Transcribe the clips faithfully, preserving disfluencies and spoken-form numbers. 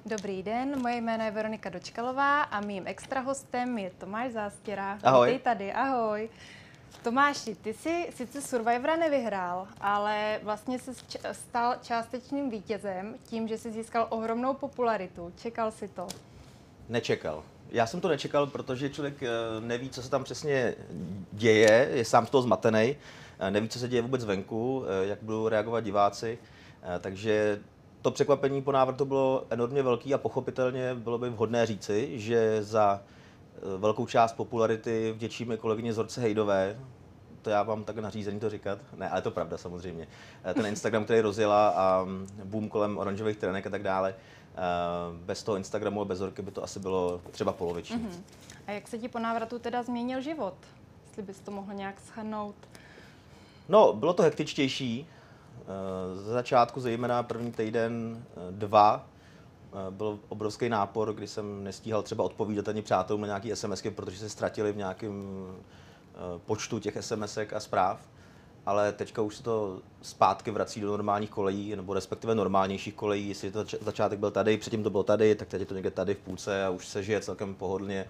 Dobrý den, moje jméno je Veronika Dočkalová a mým extra hostem je Tomáš Zástěra. Ahoj. Vítej tady, ahoj. Tomáši, ty jsi sice Survivora nevyhrál, ale vlastně jsi stal částečným vítězem tím, že jsi získal ohromnou popularitu. Čekal jsi to? Nečekal. Já jsem to nečekal, protože člověk neví, co se tam přesně děje, je sám z toho zmatený, neví, co se děje vůbec venku, jak budou reagovat diváci, takže to překvapení po návratu bylo enormně velký a pochopitelně bylo by vhodné říci, že za velkou část popularity vděčíme kolegyně Zorce Hejdové. To já mám tak nařízení to říkat. Ne, ale je to pravda samozřejmě. Ten Instagram, který rozjela a boom kolem oranžových trenek a tak dále, bez toho Instagramu a bez Zorky by to asi bylo třeba poloviční. Uh-huh. A jak se ti po návratu teda změnil život? Jestli bys to mohl nějak shrnout? No, bylo to hektičtější. Ze začátku, zejména první týden, dva, byl obrovský nápor, kdy jsem nestíhal třeba odpovídat ani přátelům na nějaké SMSky, protože se ztratili v nějakém počtu těch SMSek a zpráv. Ale teďka už se to zpátky vrací do normálních kolejí, nebo respektive normálnějších kolejí. Jestli to začátek byl tady, předtím to bylo tady, tak teď je to někde tady v půlce a už se žije celkem pohodlně.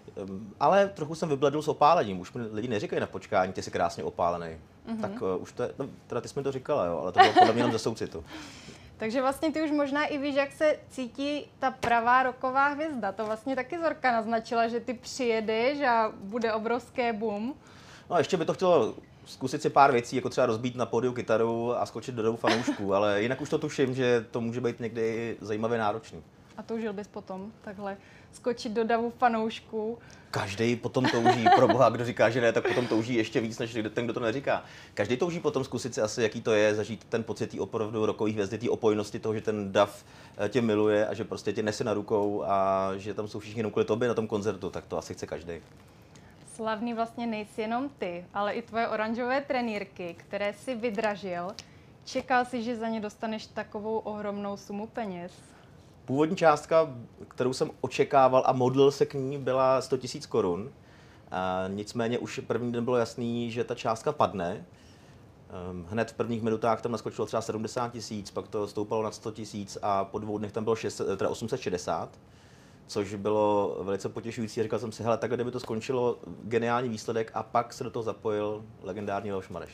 Ale trochu jsem vybledl s opálením. Už mi lidi neříkají na počkání, ty jsi krásně opálený. Mm-hmm. Tak uh, už to je, no, teda ty jsi mi to říkala, jo, ale to bylo podle mě jenom ze soucitu. Takže vlastně ty už možná i víš, jak se cítí ta pravá rocková hvězda. To vlastně taky Zorka naznačila, že ty přijedeš a bude obrovské boom. No a ještě by to chtělo zkusit si pár věcí, jako třeba rozbít na pódiu kytaru a skočit do davu fanoušků, ale jinak už to tuším, že to může být někdy zajímavě náročný. A toužil bys potom takhle skočit do davu fanoušků? Každý potom touží, pro boha, kdo říká, že ne, tak potom touží ještě víc, než ten, kdo to neříká. Každý touží potom zkusit si asi, jaký to je, zažít ten pocit té opravdu rockové hvězdy, té opojnosti toho, že ten dav tě miluje a že prostě tě nese na rukou a že tam jsou všichni jenom kvůli tobě na tom koncertu, tak to asi chce každý. Slavný vlastně nejsi jenom ty, ale i tvoje oranžové trenýrky, které si vydražil. Čekal jsi, že za ně dostaneš takovou ohromnou sumu peněz? Původní částka, kterou jsem očekával a modlil se k ní, byla sto tisíc korun. Nicméně už první den bylo jasný, že ta částka padne. Hned v prvních minutách tam naskočilo třeba sedmdesát tisíc, pak to stoupalo na sto tisíc a po dvou dnech tam bylo šest set, teda osm set šedesát. Což bylo velice potěšující. Říkal jsem si, hele, takhle kdyby to skončilo, geniální výsledek, a pak se do toho zapojil legendární Leoš Mareš.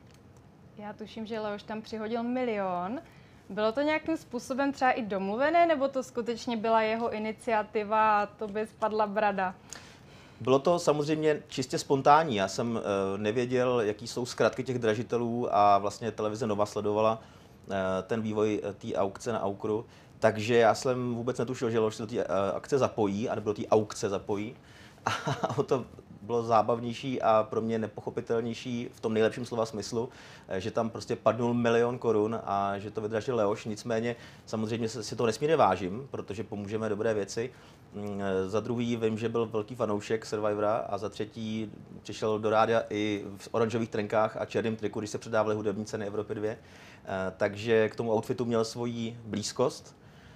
Já tuším, že Leoš tam přihodil milion. Bylo to nějakým způsobem třeba i domluvené, nebo to skutečně byla jeho iniciativa a to by spadla brada? Bylo to samozřejmě čistě spontánní. Já jsem uh, nevěděl, jaký jsou zkratky těch dražitelů a vlastně televize Nova sledovala uh, ten vývoj uh, té aukce na Aukru. Takže já jsem vůbec netušil, že Leoš se do té uh, akce zapojí, anebo do té aukce zapojí. A o to bylo zábavnější a pro mě nepochopitelnější v tom nejlepším slova smyslu, že tam prostě padnul milion korun a že to vydražil Leoš. Nicméně samozřejmě si to nesmírně vážím, protože pomůžeme dobré věci. Za druhý vím, že byl velký fanoušek Survivora a za třetí přišel do rádia i v oranžových trenkách a černém triku, když se předávaly hudební ceny Evropy dva. Takže k tomu outfitu měl svoji blízkost.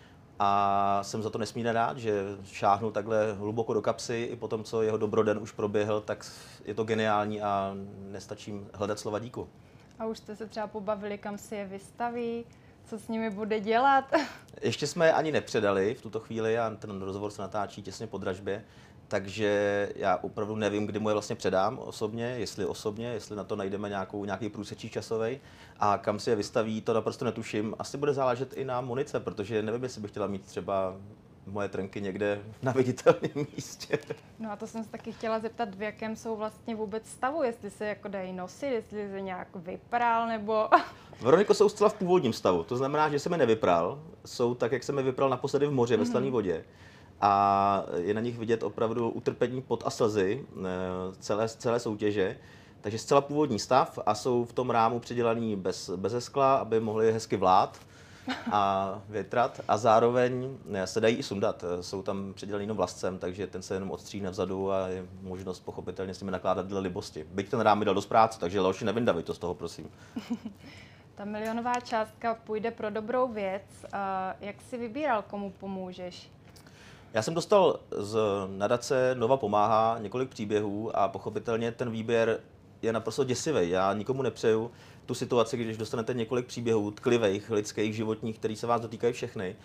A jsem za to nesmírně rád, že šáhnul takhle hluboko do kapsy i po tom, co jeho dobroden už proběhl, tak je to geniální a nestačím hledat slova díku. A už jste se třeba pobavili, kam si je vystaví, co s nimi bude dělat? Ještě jsme je ani nepředali v tuto chvíli a ten rozhovor se natáčí těsně po dražbě, takže já opravdu nevím, kdy mu je vlastně předám osobně, jestli osobně, jestli na to najdeme nějakou, nějaký průsečík časový a kam si je vystaví, to naprosto netuším. Asi bude záležet i na Monice, protože nevím, jestli bych chtěla mít třeba moje trenky někde na viditelném místě. No a to jsem se taky chtěla zeptat, v jakém jsou vlastně vůbec stavu, jestli se jako dají nosit, jestli se nějak vypral nebo... Veroniko, jsou zcela v původním stavu, to znamená, že jsem je nevypral, jsou tak, jak jsem je vypral naposledy v moři, mm-hmm. ve slané vodě. A je na nich vidět opravdu utrpení, pot a slzy celé, celé soutěže. Takže zcela původní stav a jsou v tom rámu přidělaný bez, bez skla, aby mohli hezky vlát a větrat. A zároveň se dají i sundat. Jsou tam přidělaný jenom vlascem, takže ten se jenom odstříhne vzadu a je možnost pochopitelně s nimi nakládat dle libosti. Byť ten rám mi dal dost práce, takže Leoši, nevyndavuj to z toho, prosím. Ta milionová částka půjde pro dobrou věc. Jak jsi vybíral, komu pomůžeš? Já jsem dostal z nadace Nova pomáhá několik příběhů a pochopitelně ten výběr je naprosto děsivý. Já nikomu nepřeju tu situaci, když dostanete několik příběhů tklivých, lidských, životních, který se vás dotýkají všechny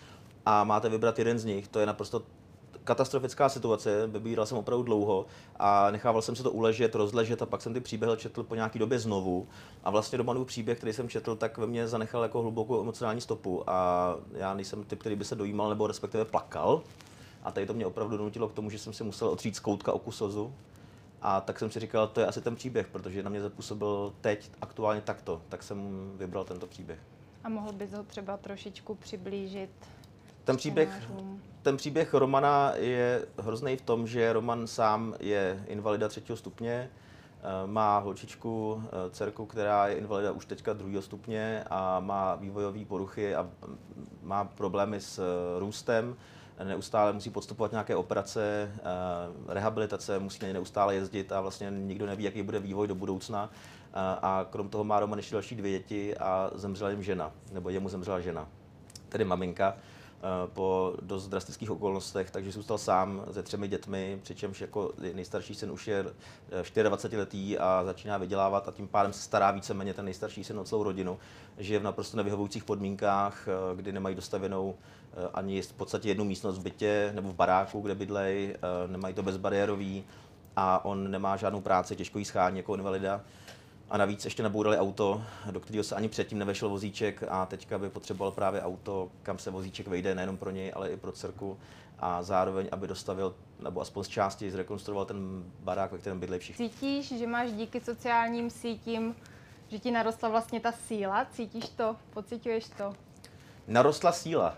a máte vybrat jeden z nich. To je naprosto katastrofická situace, vybíral jsem opravdu dlouho a nechával jsem se to uležet, rozležet a pak jsem ty příběhy četl po nějaký době znovu. A vlastně Romanův příběh, který jsem četl, tak ve mně zanechal jako hlubokou emocionální stopu a já nejsem typ, který by se dojímal nebo respektive plakal. A tady to mě opravdu donutilo k tomu, že jsem si musel otřít z koutka oku slzu. A tak jsem si říkal, to je asi ten příběh, protože na mě zapůsobil teď aktuálně takto, tak jsem vybral tento příběh. A mohl bys ho třeba trošičku přiblížit? Ten příběh, ten příběh Romana je hrozný v tom, že Roman sám je invalida třetího stupně, má holčičku, dcerku, která je invalida už teďka druhého stupně a má vývojové poruchy a má problémy s růstem. Neustále musí podstupovat nějaké operace, rehabilitace, musí na ně neustále jezdit a vlastně nikdo neví, jaký bude vývoj do budoucna. A krom toho má Roman ještě další dvě děti a zemřela jim žena, nebo jemu zemřela žena, tedy maminka, po dost drastických okolnostech, takže zůstal sám se třemi dětmi, přičemž jako nejstarší syn už je dvacetičtyřletý a začíná vydělávat a tím pádem se stará víceméně ten nejstarší syn o celou rodinu. Žije v naprosto nevyhovujících podmínkách, kdy nemají dostavěnou ani v podstatě jednu místnost v bytě nebo v baráku, kde bydlej, nemají to bezbariérový a on nemá žádnou práci, těžko jí schání jako invalida. A navíc ještě nabourali auto, do kterého se ani předtím nevešel vozíček a teďka by potřeboval právě auto, kam se vozíček vejde nejenom pro něj, ale i pro dcerku a zároveň, aby dostavil, nebo aspoň z části zrekonstruoval ten barák, ve kterém bydlejí všichni. Cítíš, že máš díky sociálním sítím, že ti narostla vlastně ta síla? Cítíš to? Pociťuješ to? Narostla síla.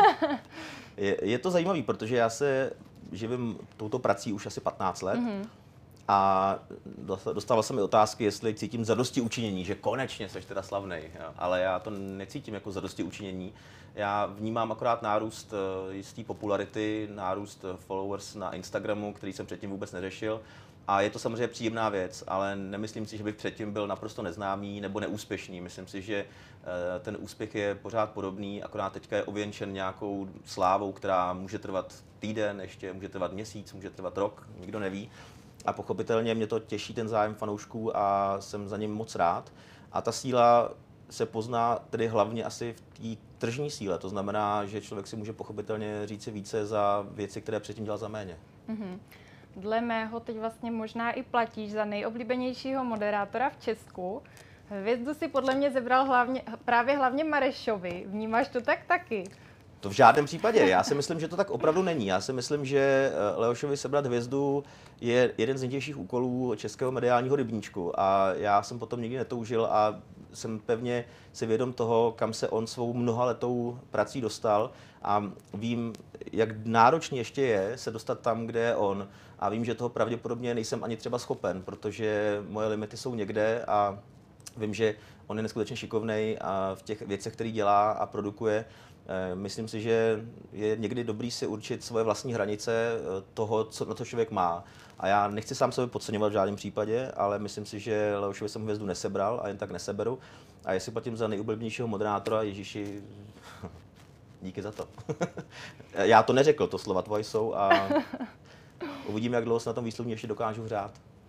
je, je to zajímavé, protože já se živím touto prací už asi patnáct let. Mm-hmm. A dostával jsem mi otázky, jestli cítím zadosti učinění, že konečně seš teda slavnej, ale já to necítím jako zadosti učinění. Já vnímám akorát nárůst jistý popularity, nárůst followers na Instagramu, který jsem předtím vůbec neřešil. A je to samozřejmě příjemná věc, ale nemyslím si, že bych předtím byl naprosto neznámý nebo neúspěšný. Myslím si, že ten úspěch je pořád podobný, akorát teďka je ověnčen nějakou slávou, která může trvat týden, ještě může trvat měsíc, může trvat rok, nikdo neví. A pochopitelně mě to těší ten zájem fanoušků a jsem za ním moc rád. A ta síla se pozná tedy hlavně asi v té tržní síle. To znamená, že člověk si může pochopitelně říci více za věci, které předtím dělal za méně. Mm-hmm. Dle mého teď vlastně možná i platíš za nejoblíbenějšího moderátora v Česku. Hvězdu si podle mě zebral hlavně, právě hlavně Marešovi. Vnímáš to tak taky? To v žádném případě. Já si myslím, že to tak opravdu není. Já si myslím, že Leošovi sebrat hvězdu je jeden z nejtěžších úkolů českého mediálního rybníčku. A já jsem potom nikdy netoužil a jsem pevně si vědom toho, kam se on svou mnohaletou prací dostal. A vím, jak náročně ještě je se dostat tam, kde je on. A vím, že toho pravděpodobně nejsem ani třeba schopen, protože moje limity jsou někde a vím, že on je neskutečně šikovnej a v těch věcech, které dělá a produkuje. Myslím si, že je někdy dobrý si určit svoje vlastní hranice toho, co na to člověk má. A já nechci sám sebe podceňovat v žádném případě, ale myslím si, že Leošovi jsem hvězdu nesebral a jen tak neseberu. A jestli platím za nejoblíbenějšího moderátora, Ježíši, díky za to. Já to neřekl, to slova tvoje jsou a uvidíme, jak dlouho se na tom výslovně ještě dokážu hrát.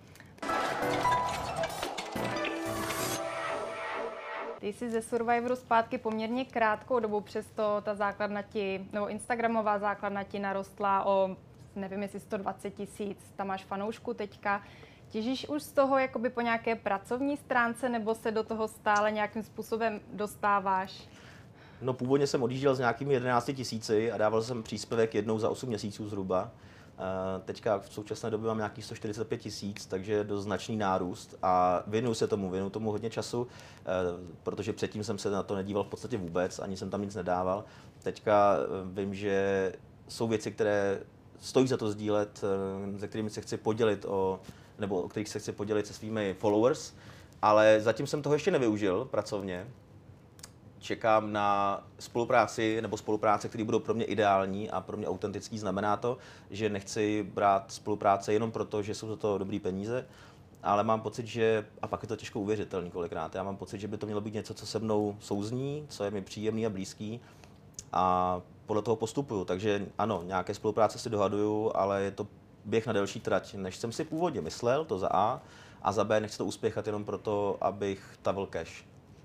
Ty jsi ze Survivoru zpátky poměrně krátkou dobu, přesto ta základna ti, nebo instagramová základna ti narostla o, nevím jestli sto dvacet tisíc, tam máš fanoušku teďka. Těžíš už z toho jakoby po nějaké pracovní stránce, nebo se do toho stále nějakým způsobem dostáváš? No původně jsem odjížděl s nějakými jedenácti tisíci a dával jsem příspěvek jednou za osm měsíců zhruba. Teďka v současné době mám nějakých sto čtyřicet pět tisíc, takže je dost značný nárůst a věnuju se tomu, věnuju tomu hodně času, protože předtím jsem se na to nedíval v podstatě vůbec, ani jsem tam nic nedával. Teďka vím, že jsou věci, které stojí za to sdílet, se kterými se chci podělit o, nebo o kterých se chci podělit se svými followers, ale zatím jsem toho ještě nevyužil pracovně. Čekám na spolupráci nebo spolupráce, které budou pro mě ideální a pro mě autentický. Znamená to, že nechci brát spolupráce jenom proto, že jsou za to dobrý peníze, ale mám pocit, že, a pak je to těžko uvěřitelný kolikrát, já mám pocit, že by to mělo být něco, co se mnou souzní, co je mi příjemný a blízký a podle toho postupuju. Takže ano, nějaké spolupráce si dohaduju, ale je to běh na delší trať, než jsem si původně myslel, to za A, a za B nechci to uspěchat jenom proto, abych tavil cash.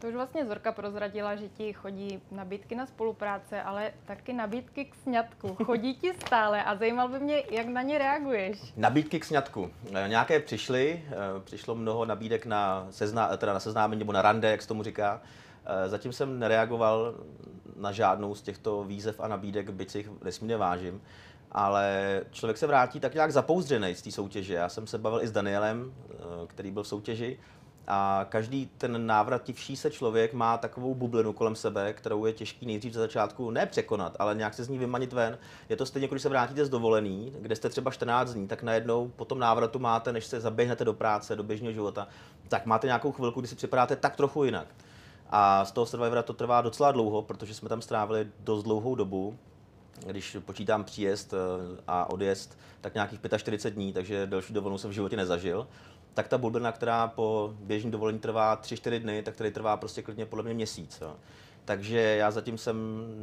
To už vlastně Zorka prozradila, že ti chodí nabídky na spolupráce, ale taky nabídky k sňatku. Chodí ti stále a zajímal by mě, jak na ně reaguješ. Nabídky k sňatku. Nějaké přišly, přišlo mnoho nabídek na, sezná, teda na seznámení nebo na rande, jak se tomu říká. Zatím jsem nereagoval na žádnou z těchto výzev a nabídek, byť si jich nesmírně vážím. Ale člověk se vrátí tak nějak zapouzdřenej z té soutěže. Já jsem se bavil i s Danielem, který byl v soutěži. A každý ten návrativší se člověk má takovou bublinu kolem sebe, kterou je těžký nejdřív ze začátku ne překonat, ale nějak se z ní vymanit ven. Je to stejně, když se vrátíte z dovolený, kde jste třeba čtrnáct dní, tak najednou po tom návratu máte, než se zaběhnete do práce, do běžného života, tak máte nějakou chvilku, kdy si připadáte tak trochu jinak. A z toho Survivora to trvá docela dlouho, protože jsme tam strávili dost dlouhou dobu. Když počítám příjezd a odjezd, tak nějakých čtyřicet pět dní, takže delší dovolenou jsem v životě nezažil. Tak ta bublina, která po běžný dovolení trvá tři čtyři dny, tak tady trvá prostě klidně podle mě měsíc. Jo. Takže já zatím jsem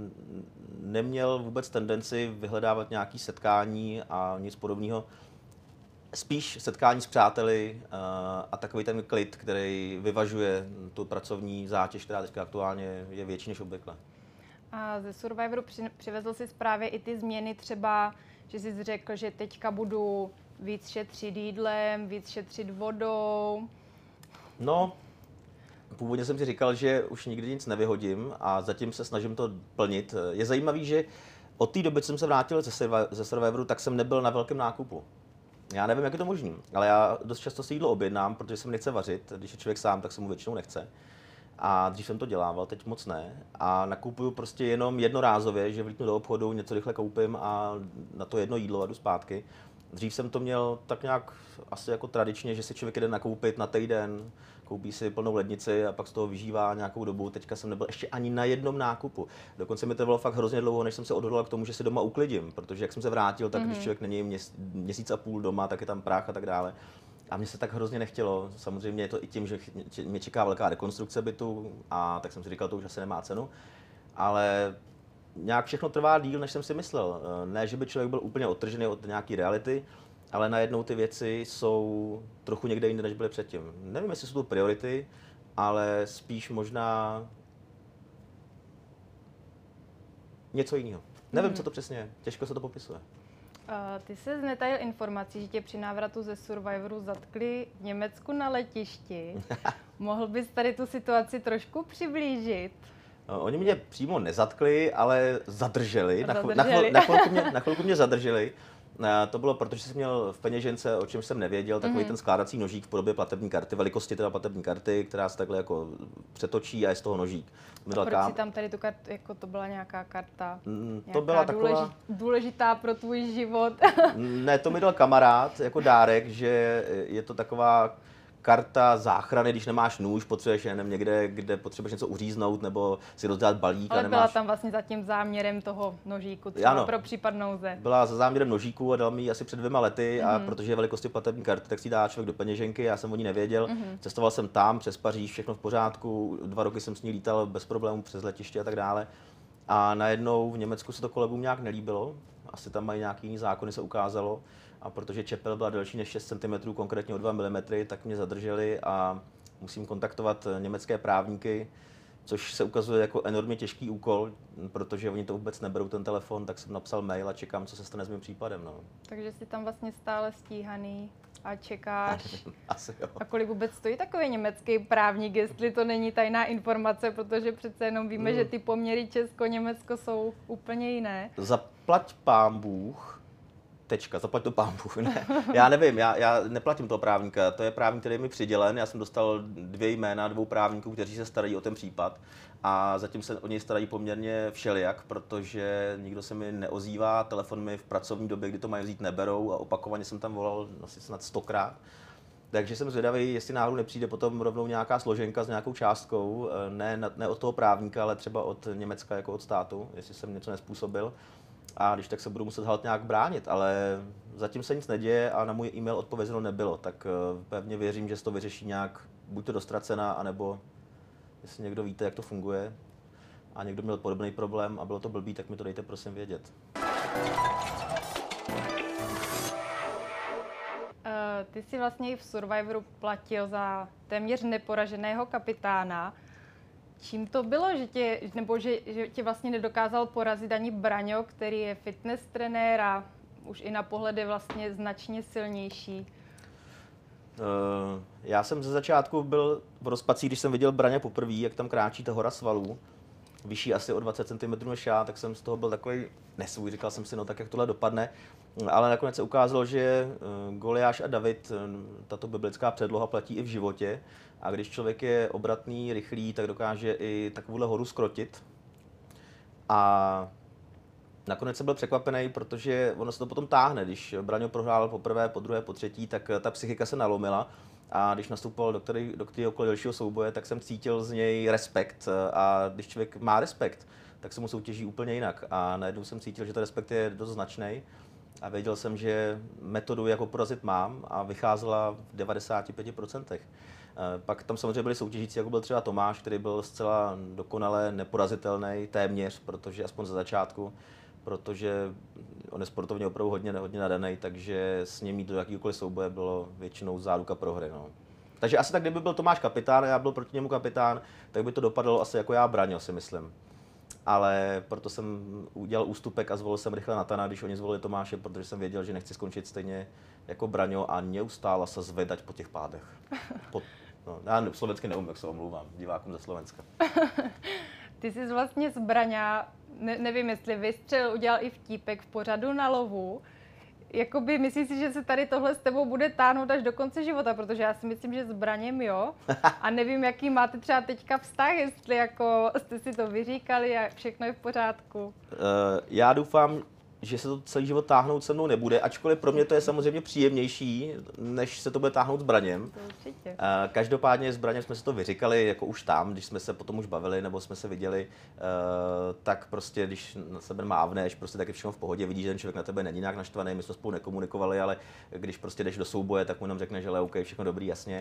neměl vůbec tendenci vyhledávat nějaké setkání a nic podobného. Spíš setkání s přáteli a takový ten klid, který vyvažuje tu pracovní zátěž, která teď aktuálně je větší než obvykle. A ze Survivoru při, přivezl si právě i ty změny, třeba, že jsi řekl, že teďka budu víc šetřit jídlem, víc šetřit vodou. No, původně jsem si říkal, že už nikdy nic nevyhodím a zatím se snažím to plnit. Je zajímavý, že od té doby, co jsem se vrátil ze Survivoru, tak jsem nebyl na velkém nákupu. Já nevím, jak je to možné, ale já dost často si jídlo objednám, protože se mi nechce vařit. Když je člověk sám, tak se mu většinou nechce. A dřív jsem to dělával, teď moc ne. A nakupuju prostě jenom jednorázově, že vlítnu do obchodu, něco rychle koupím a na to jedno jídlo a jdu zpátky. Dřív jsem to měl tak nějak asi jako tradičně, že si člověk jde nakoupit na týden, koupí si plnou lednici a pak z toho vyžívá nějakou dobu. Teďka jsem nebyl ještě ani na jednom nákupu. Dokonce mi trvalo fakt hrozně dlouho, než jsem se odhodlal k tomu, že si doma uklidím, protože jak jsem se vrátil, tak mm-hmm. když člověk není měs- měsíc a půl doma, tak je tam prach a tak dále. A mně se tak hrozně nechtělo. Samozřejmě je to i tím, že mě čeká velká rekonstrukce bytu a tak jsem si říkal, to už asi nemá cenu. Ale nějak všechno trvá díl, než jsem si myslel. Ne, že by člověk byl úplně odtržený od nějaké reality, ale najednou ty věci jsou trochu někde jinde, než byly předtím. Nevím, jestli jsou to priority, ale spíš možná něco jiného. Nevím, hmm. co to přesně je. Těžko se to popisuje. Uh, ty se znetajil informací, že tě při návratu ze Survivoru zatkli v Německu na letišti. Mohl bys tady tu situaci trošku přiblížit? Oni mě přímo nezatkli, ale zadrželi. zadrželi. Na, chvil, na, chvilku mě, na chvilku mě zadrželi. To bylo proto, že jsem měl v peněžence, o čem jsem nevěděl, takový mm-hmm. ten skládací nožík v podobě platební karty, velikosti teda platební karty, která se takhle jako přetočí a je z toho nožík. A proč si tam tady tu kartu, jako to byla nějaká karta? Mm, nějaká to byla taková důležit, důležitá pro tvůj život? Ne, to mi dal kamarád jako dárek, že je to taková karta záchrany, když nemáš nůž, potřebuješ jenom někde, kde potřebuješ něco uříznout nebo si rozdělat balík. Ale a nemáš... byla tam vlastně za tím záměrem toho nožíku, třeba ano, pro případ nouze. Byla za záměrem nožíku a dal mi ji asi před dvěma lety mm-hmm. a protože je velikosti platební karty, tak si dá člověk do peněženky, já jsem o ní nevěděl. Mm-hmm. Cestoval jsem tam přes Paříž, všechno v pořádku, dva roky jsem s ní lítal bez problémů přes letiště a tak dále. A najednou v Německu se to kolegům nějak nelíbilo, asi tam mají nějaký jiný zákony, se ukázalo. A protože čepel byla delší než šest centimetrů, konkrétně o dva milimetry, tak mě zadrželi a musím kontaktovat německé právníky, což se ukazuje jako enormně těžký úkol, protože oni to vůbec neberou ten telefon, tak jsem napsal mail a čekám, co se stane s mým případem. No. Takže jsi tam vlastně stále stíhaný a čekáš. Asi jo. A kolik vůbec stojí takový německý právník, jestli to není tajná informace, protože přece jenom víme, mm. že ty poměry Česko-Německo jsou úplně jiné. Zaplať pán Bůh. Tečka, zaplať to pán Bůh. Ne, já nevím, já, já neplatím toho právníka, to je právník, který je mi přidělen, já jsem dostal dvě jména dvou právníků, kteří se starají o ten případ a zatím se o něj starají poměrně všelijak, protože nikdo se mi neozývá, telefon mi v pracovní době, kdy to mají vzít, neberou a opakovaně jsem tam volal asi snad stokrát. Takže jsem zvědavý, jestli náhodou nepřijde potom rovnou nějaká složenka s nějakou částkou, ne, ne od toho právníka, ale třeba od Německa jako od státu, jestli jsem něco nezpůsobil. A když tak se budu muset halt nějak bránit, ale zatím se nic neděje a na můj e-mail odpovězeno nebylo, tak pevně věřím, že se to vyřeší nějak buď to do ztracena, anebo jestli někdo víte, jak to funguje a někdo měl podobný problém a bylo to blbý, tak mi to dejte prosím vědět. Ty jsi vlastně i v Survivoru platil za téměř neporaženého kapitána. čím to bylo, že tě, nebo že, že tě vlastně nedokázal porazit ani Braňo, který je fitness trenér a už i na pohled je vlastně značně silnější? Uh, já jsem ze začátku byl v rozpacích, když jsem viděl Braně poprvé, jak tam kráčí ta hora svalů, vyšší asi o dvacet centimetrů než já, tak jsem z toho byl takový nesvůj, říkal jsem si, no tak jak tohle dopadne. Ale nakonec se ukázalo, že Goliáš a David, tato biblická předloha platí i v životě. A když člověk je obratný, rychlý, tak dokáže i takovouhle horu skrotit. A nakonec jsem byl překvapený, protože ono se to potom táhne. Když Braňo prohrál po prvé, po druhé, po třetí, tak ta psychika se nalomila. A když nastupoval do, který, do kteréhokoliv dalšího souboje, tak jsem cítil z něj respekt. A když člověk má respekt, tak se mu soutěží úplně jinak. A najednou jsem cítil, že ten respekt je dost značný. A věděl jsem, že metodu, jak ho porazit, mám a vycházela v devadesáti pěti procentech. Pak tam samozřejmě byli soutěžící, jako byl třeba Tomáš, který byl zcela dokonale neporazitelný, téměř, protože aspoň za začátku, protože on je sportovně opravdu hodně, hodně nadaný, takže s ním jít do jakýkoliv souboje bylo většinou záruka prohry. No. Takže asi tak, kdyby byl Tomáš kapitán a já byl proti němu kapitán, tak by to dopadlo asi jako já Braňo, si myslím. Ale proto jsem udělal ústupek a zvolil jsem rychle Natana, když oni zvolili Tomáše, protože jsem věděl, že nechci skončit stejně jako Braňo a neustále se zvedať po těch pádech. Po, no, já slovensky neumím, jak se omlouvám divákům ze Slovenska. Ty jsi vlastně z Braňa, ne, nevím, jestli vystřelil, udělal i vtípek v pořadu Na lovu. Jakoby myslíš si, že se tady tohle s tebou bude táhnout až do konce života, protože já si myslím, že s Braněm jo. A nevím, jaký máte třeba teďka vztah, jestli jako jste si to vyříkali a všechno je v pořádku. Uh, já doufám, že se to celý život táhnout se mnou nebude, ačkoliv pro mě to je samozřejmě příjemnější, než se to bude táhnout s Braněm. To určitě. Každopádně s Braněm jsme se to vyříkali, jako už tam, když jsme se potom už bavili, nebo jsme se viděli, tak prostě, když na sebe mávneš, prostě tak je všechno v pohodě, vidíš, že ten člověk na tebe není nějak naštvaný, my jsme spolu nekomunikovali, ale když prostě jdeš do souboje, tak mu nám řekne, že OK, všechno dobrý, jasně.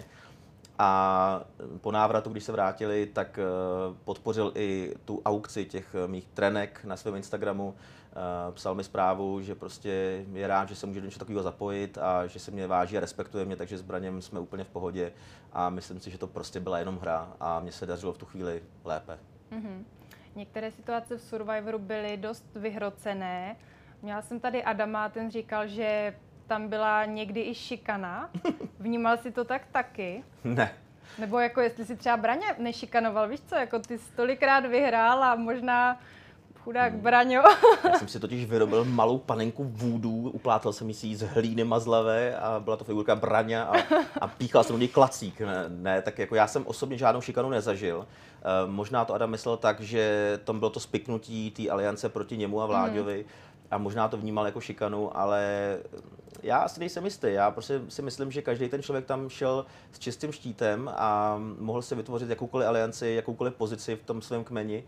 A po návratu, když se vrátili, tak podpořil i tu aukci těch mých trenek na svém Instagramu. Psal mi zprávu, že prostě je rád, že se může do něčeho takového zapojit a že se mě váží a respektuje mě, takže s Braněm jsme úplně v pohodě a myslím si, že to prostě byla jenom hra a mně se dařilo v tu chvíli lépe. Mm-hmm. Některé situace v Survivoru byly dost vyhrocené. Měla jsem tady Adama, ten říkal, že tam byla někdy i šikana. Vnímal jsi to tak taky? Ne. Nebo jako jestli si třeba Braně nešikanoval, víš co, jako ty jsi tolikrát vyhrál a možná chudák hmm. Braňo. Já jsem si totiž vyrobil malou panenku vůdů, uplátal jsem si ji z hlíny mazlavé a byla to figurka Braňa a, a píchal jsem do něj klacík. Ne, ne, tak jako já jsem osobně žádnou šikanu nezažil. E, možná to Adam myslel tak, že tam bylo to spiknutí té aliance proti němu a Vláďovi. Hmm. A možná to vnímal jako šikanu, ale já si nejsem jistý. Já prostě si myslím, že každý ten člověk tam šel s čistým štítem a mohl si vytvořit jakoukoliv alianci, jakoukoliv pozici v tom svém kmeni.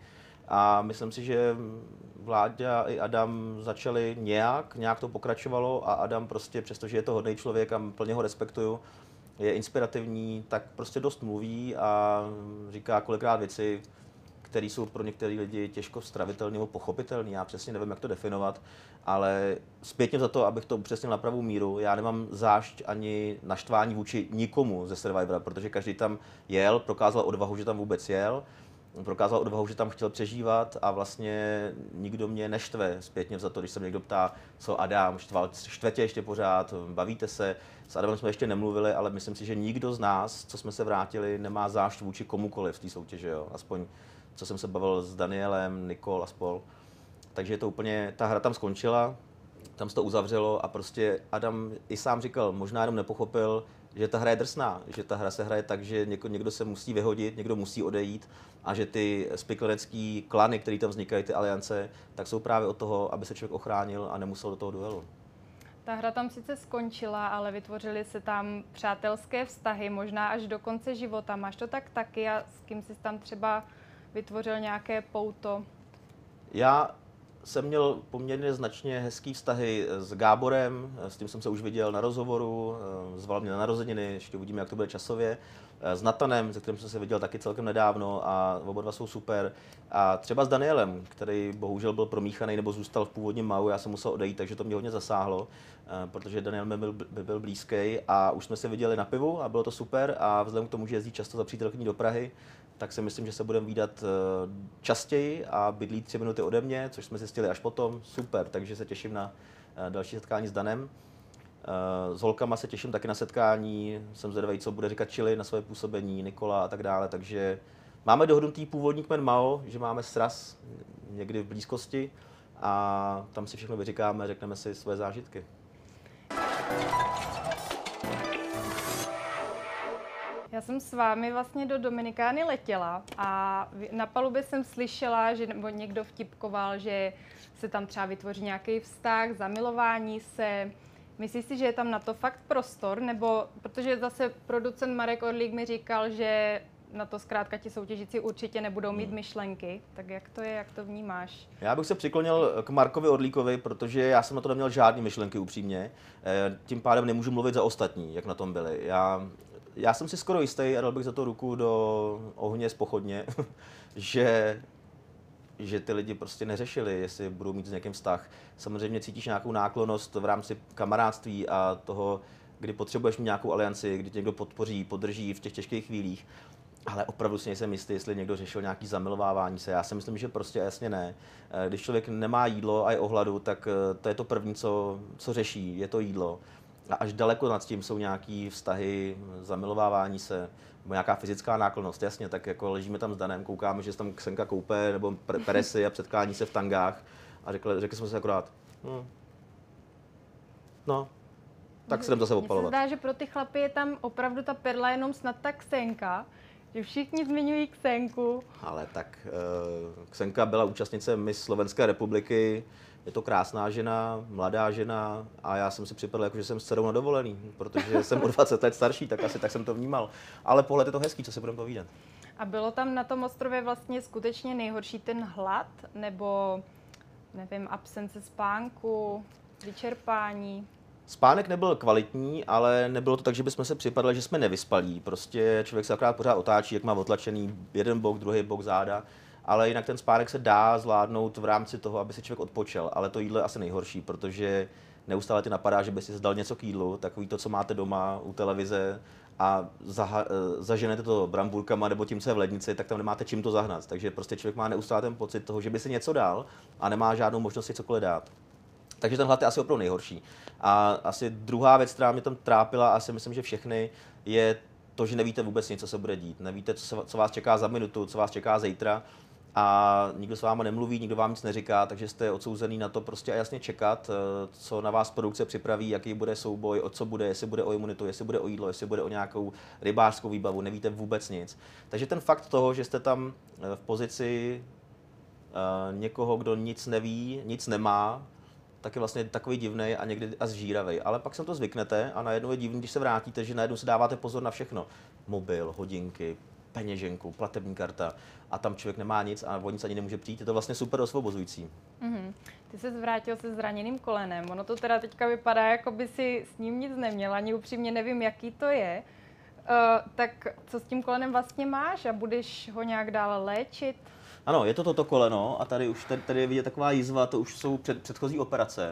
A myslím si, že Vláďa i Adam začali nějak, nějak to pokračovalo a Adam prostě, přestože je to hodný člověk a plně ho respektuju, je inspirativní, tak prostě dost mluví a říká kolikrát věci, které jsou pro některé lidi těžko stravitelné nebo pochopitelné. Já přesně nevím, jak to definovat, ale zpětně za to, abych to upřesnil na pravou míru, já nemám zášť ani naštvání vůči nikomu ze Survivora, protože každý tam jel, prokázal odvahu, že tam vůbec jel, prokázal odvahu, že tam chtěl přežívat a vlastně nikdo mě neštve zpětně za to, když se mě někdo ptá, co Adam, štval, štvetě ještě pořád, bavíte se. S Adamem jsme ještě nemluvili, ale myslím si, že nikdo z nás, co jsme se vrátili, nemá zášť vůči komukoliv v té soutěži, jo. Aspoň co jsem se bavil s Danielem, Nikol a spol. Takže je to úplně, ta hra tam skončila, tam se to uzavřelo a prostě Adam i sám říkal, možná jenom nepochopil, že ta hra je drsná, že ta hra se hraje tak, že někdo, někdo se musí vyhodit, někdo musí odejít a že ty spiklenecký klany, které tam vznikají, ty aliance, tak jsou právě od toho, aby se člověk ochránil a nemusel do toho duelu. Ta hra tam sice skončila, ale vytvořily se tam přátelské vztahy, možná až do konce života. Máš to tak taky a s kým jsi tam třeba vytvořil nějaké pouto? Já jsem měl poměrně značně hezký vztahy s Gáborem, s tím jsem se už viděl na rozhovoru, zval mě na narozeniny, ještě uvidíme, jak to bude časově. S Natanem, se kterým jsem se viděl taky celkem nedávno a oba dva jsou super. A třeba s Danielem, který bohužel byl promíchaný nebo zůstal v původním Mau, já jsem musel odejít, takže to mě hodně zasáhlo, protože Daniel mi byl, by byl blízký a už jsme se viděli na pivu a bylo to super a vzhledem k tomu, že jezdí často za přítelkyní do Prahy, tak si myslím, že se budeme vídat častěji a bydlí tři minuty ode mě, což jsme zjistili až potom. Super, takže se těším na další setkání s Danem. S holkama se těším taky na setkání, jsem zvědavý, co bude říkat Chili na své působení, Nikola a tak dále, takže máme dohodnutý původní kmen Mao, že máme sraz někdy v blízkosti a tam si všechno vyříkáme, řekneme si své zážitky. Já jsem s vámi vlastně do Dominikány letěla a na palubě jsem slyšela, že nebo někdo vtipkoval, že se tam třeba vytvoří nějaký vztah, zamilování se. Myslíš si, že je tam na to fakt prostor? Nebo, protože zase producent Marek Orlík mi říkal, že na to zkrátka ti soutěžící určitě nebudou mít myšlenky. Tak jak to je, jak to vnímáš? Já bych se přiklonil k Markovi Orlíkovi, protože já jsem na to neměl žádný myšlenky upřímně. Tím pádem nemůžu mluvit za ostatní, jak na tom byli. Já, já jsem si skoro jistý, a dal bych za to ruku do ohně z pochodně, že že ty lidi prostě neřešili, jestli budou mít s někým vztah. Samozřejmě cítíš nějakou náklonnost v rámci kamarádství a toho, kdy potřebuješ mít nějakou alianci, kdy tě někdo podpoří, podrží v těch těžkých chvílích. Ale opravdu si nejsem jistý, jestli někdo řešil nějaký zamilovávání se. Já si myslím, že prostě jasně ne. Když člověk nemá jídlo a je ohladu, tak to je to první, co, co řeší, je to jídlo. A až daleko nad tím jsou nějaký vztahy, zamilovávání se, nebo nějaká fyzická náklonnost, jasně, tak jako ležíme tam s Danem, koukáme, že se tam Ksenka koupe, nebo peresy a předklání se v tangách a řekli, řekli jsme si akorát, hm. no, tak se jdem zase opalovat. Mně se zdá, že pro ty chlapy je tam opravdu ta perla jenom snad ta Ksenka, že všichni zmiňují Ksenku. Ale tak Ksenka byla účastnice Miss Slovenské republiky, je to krásná žena, mladá žena a já jsem si připadl, jako, že jsem s dcerou na dovolený, protože jsem o dvacet let starší, tak asi tak jsem to vnímal. Ale pohled je to hezký, co si budeme povídat. A bylo tam na tom ostrově vlastně skutečně nejhorší ten hlad, nebo nevím, absence spánku, vyčerpání? Spánek nebyl kvalitní, ale nebylo to tak, že bychom se připadli, že jsme nevyspalí. Prostě člověk se akorát pořád otáčí, jak má otlačený jeden bok, druhý bok záda. Ale jinak ten spánek se dá zvládnout v rámci toho, aby si člověk odpočel. Ale to jídlo je asi nejhorší, protože neustále ti napadá, že by si dal něco k jídlu, takový to, co máte doma u televize a zaha- zaženete to brambulkama nebo tím, co je v lednici, tak tam nemáte čím to zahnat. Takže prostě člověk má neustále ten pocit toho, že by si něco dal a nemá žádnou možnost si cokoliv dát. Takže ten hlad je asi opravdu nejhorší. A asi druhá věc, která mě tam trápila, asi myslím, že všechny, je to, že nevíte vůbec nic, co se bude dít. Nevíte, co, se, co vás čeká za minutu, co vás čeká zítra. A nikdo s váma nemluví, nikdo vám nic neříká, takže jste odsouzený na to prostě a jasně čekat, co na vás produkce připraví, jaký bude souboj, o co bude, jestli bude o imunitu, jestli bude o jídlo, jestli bude o nějakou rybářskou výbavu, nevíte vůbec nic. Takže ten fakt toho, že jste tam v pozici někoho, kdo nic neví, nic nemá, tak je vlastně takový divný a někdy až zžíravej. Ale pak se to zvyknete a najednou je divný, když se vrátíte, že najednou si dáváte pozor na všechno. Mobil, hodinky, peněženku, platební karta a tam člověk nemá nic a o nic ani nemůže přijít. Je to vlastně super osvobozující. Mm-hmm. Ty se zvrátil se zraněným kolenem. Ono to teda teďka vypadá, jako by si s ním nic neměl. Ani upřímně nevím, jaký to je. Uh, tak co s tím kolenem vlastně máš a budeš ho nějak dále léčit? Ano, je to toto koleno a tady už tady, tady je vidět taková jizva, to už jsou před, předchozí operace.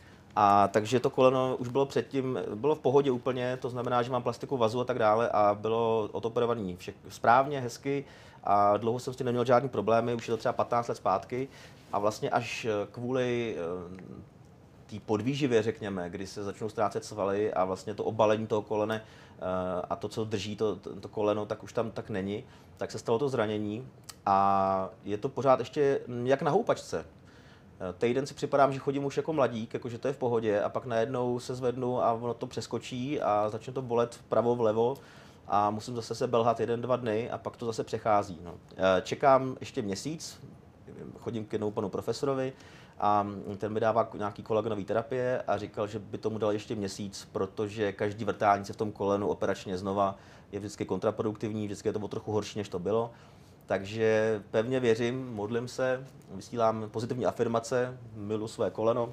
A takže to koleno už bylo předtím, bylo v pohodě úplně, to znamená, že mám plastikovou vazu a tak dále a bylo odoperovaný vše, správně, hezky a dlouho jsem s tím neměl žádný problémy, už je to třeba patnáct let zpátky a vlastně až kvůli té podvýživě, řekněme, kdy se začnou ztrácet svaly a vlastně to obalení toho kolene a to, co drží to, to, to koleno, tak už tam tak není, tak se stalo to zranění a je to pořád ještě jak na houpačce. Týden si připadám, že chodím už jako mladík, jakože to je v pohodě a pak najednou se zvednu a ono to přeskočí a začne to bolet vpravo, vlevo a musím zase se belhat jeden, dva dny a pak to zase přechází. No. Čekám ještě měsíc, chodím k jednomu panu profesorovi a ten mi dává nějaký kolagenové terapie a říkal, že by tomu dal ještě měsíc, protože každý vrtání se v tom kolenu operačně znova je vždycky kontraproduktivní, vždycky je to o trochu horší, než to bylo. Takže pevně věřím, modlím se, vysílám pozitivní afirmace, miluji své koleno.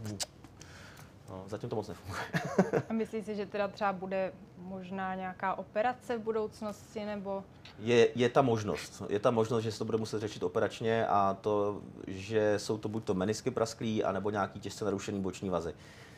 No, zatím to moc nefunguje. A myslíš si, že teda třeba bude možná nějaká operace v budoucnosti, nebo? Je, je ta možnost. Je ta možnost, že se to bude muset řešit operačně a to, že jsou to buď to menisky prasklý, anebo nějaký těžce narušený boční vazy.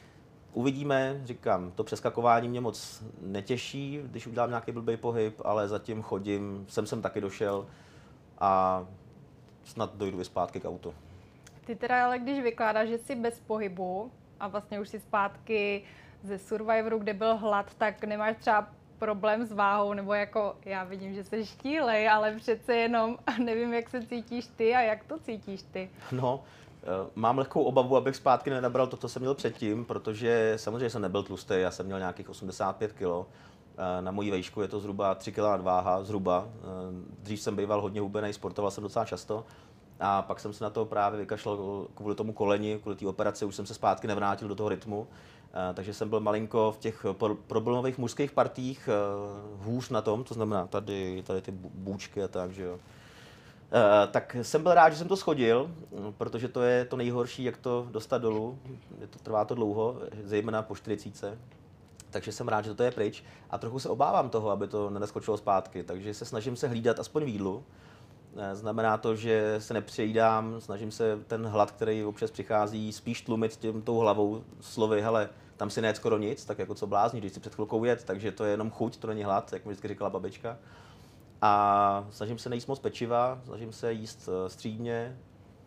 Uvidíme, říkám, to přeskakování mě moc netěší, když udělám nějaký blbý pohyb, ale zatím chodím, sem jsem taky došel. a snad dojdu i zpátky k autu. Ty teda ale když vykládáš, že jsi bez pohybu a vlastně už jsi zpátky ze Survivoru, kde byl hlad, tak nemáš třeba problém s váhou, nebo jako já vidím, že jsi štílej, ale přece jenom nevím, jak se cítíš ty a jak to cítíš ty. No, mám lehkou obavu, abych zpátky nenabral to, co jsem měl předtím, protože samozřejmě jsem nebyl tlustý, já jsem měl nějakých osmdesát pět kilo. Na mojí vejšku je to zhruba tři kila nadváha, zhruba. Dřív jsem býval hodně hubenej, sportoval jsem docela často. A pak jsem se na to právě vykašlal kvůli tomu koleni, kvůli té operaci, už jsem se zpátky nevrátil do toho rytmu. Takže jsem byl malinko v těch problémových mužských partích hůř na tom, to znamená tady, tady ty bůčky a tak, že jo. Tak jsem byl rád, že jsem to schodil, protože to je to nejhorší, jak to dostat dolů. Je to, trvá to dlouho, zejména po čtyřicítce. Takže jsem rád, že to je pryč a trochu se obávám toho, aby to nenaskočilo zpátky, takže se snažím se hlídat aspoň v jídlu. Znamená to, že se nepřejídám, snažím se ten hlad, který občas přichází, spíš tlumit tím tou hlavou slovy, hele, tam si nejet skoro nic, tak jako co blázni, když si před chvilkou jet, takže to je jenom chuť, to není hlad, jak mi vždycky říkala babička. A snažím se nejíst moc pečiva, snažím se jíst střídmě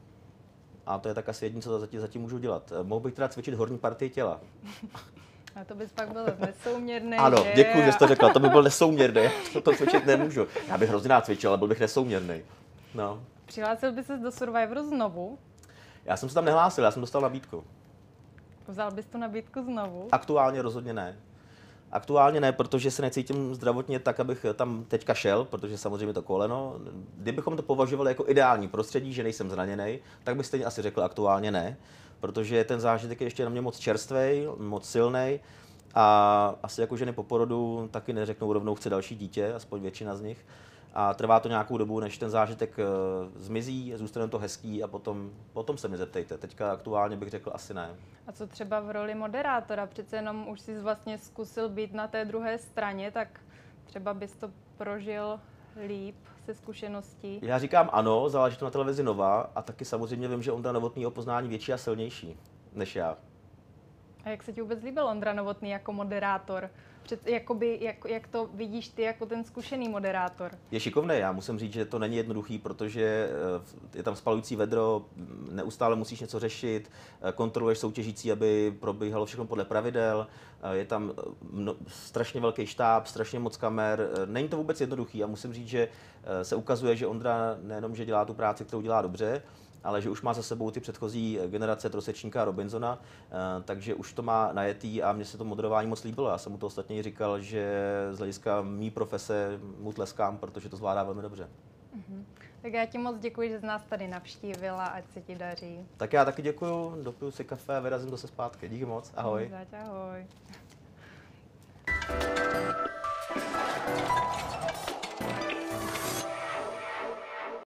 a to je tak asi jediné, co zatím, zatím můžu dělat. Mohl bych teda cvičit horní partii těla. A to bys pak byl nesouměrný. Ano, že? děkuji, že jsi to řekla, to by byl nesouměrný, já to cvičit nemůžu. Já bych hrozně rád cvičil, ale byl bych nesouměrný. No. Přihlásil bys se do Survivoru znovu? Já jsem se tam nehlásil, já jsem dostal nabídku. Vzal bys tu nabídku znovu? Aktuálně rozhodně ne. Aktuálně ne, protože se necítím zdravotně tak, abych tam teďka šel, protože samozřejmě to koleno. Kdybychom to považovali jako ideální prostředí, že nejsem zraněný, tak bych stejně asi řekl aktuálně ne, protože ten zážitek je ještě na mě moc čerstvej, moc silnej a asi jako ženy po porodu taky neřeknou rovnou chce další dítě, aspoň většina z nich. A trvá to nějakou dobu, než ten zážitek zmizí, zůstane to hezký a potom, potom se mi zeptejte. Teďka aktuálně bych řekl asi ne. A co třeba v roli moderátora? Přece jenom už jsi vlastně zkusil být na té druhé straně, tak třeba bys to prožil líp se zkušeností. Já říkám ano, záleží to na televizi Nova a taky samozřejmě vím, že Ondra Novotný je o poznání větší a silnější než já. A jak se ti vůbec líbil Ondra Novotný jako moderátor? Před, jakoby, jak, jak to vidíš ty jako ten zkušený moderátor? Je šikovný, já musím říct, že to není jednoduchý, protože je tam spalující vedro, neustále musíš něco řešit, kontroluješ soutěžící, aby probíhalo všechno podle pravidel, je tam mno, strašně velký štáb, strašně moc kamer, není to vůbec jednoduchý a musím říct, že se ukazuje, že Ondra nejenom, že dělá tu práci, kterou dělá dobře, ale že už má za sebou ty předchozí generace Trosečníka a Robinsona, takže už to má najetý a mně se to moderování moc líbilo. Já jsem mu to ostatně říkal, že z hlediska mý profese mu tleskám, protože to zvládá velmi dobře. Mm-hmm. Tak já ti moc děkuji, že jsi nás tady navštívila, ať se ti daří. Tak já taky děkuju, dopiju si kafe a vyrazím zase zpátky. Díky moc, ahoj. Zať, ahoj.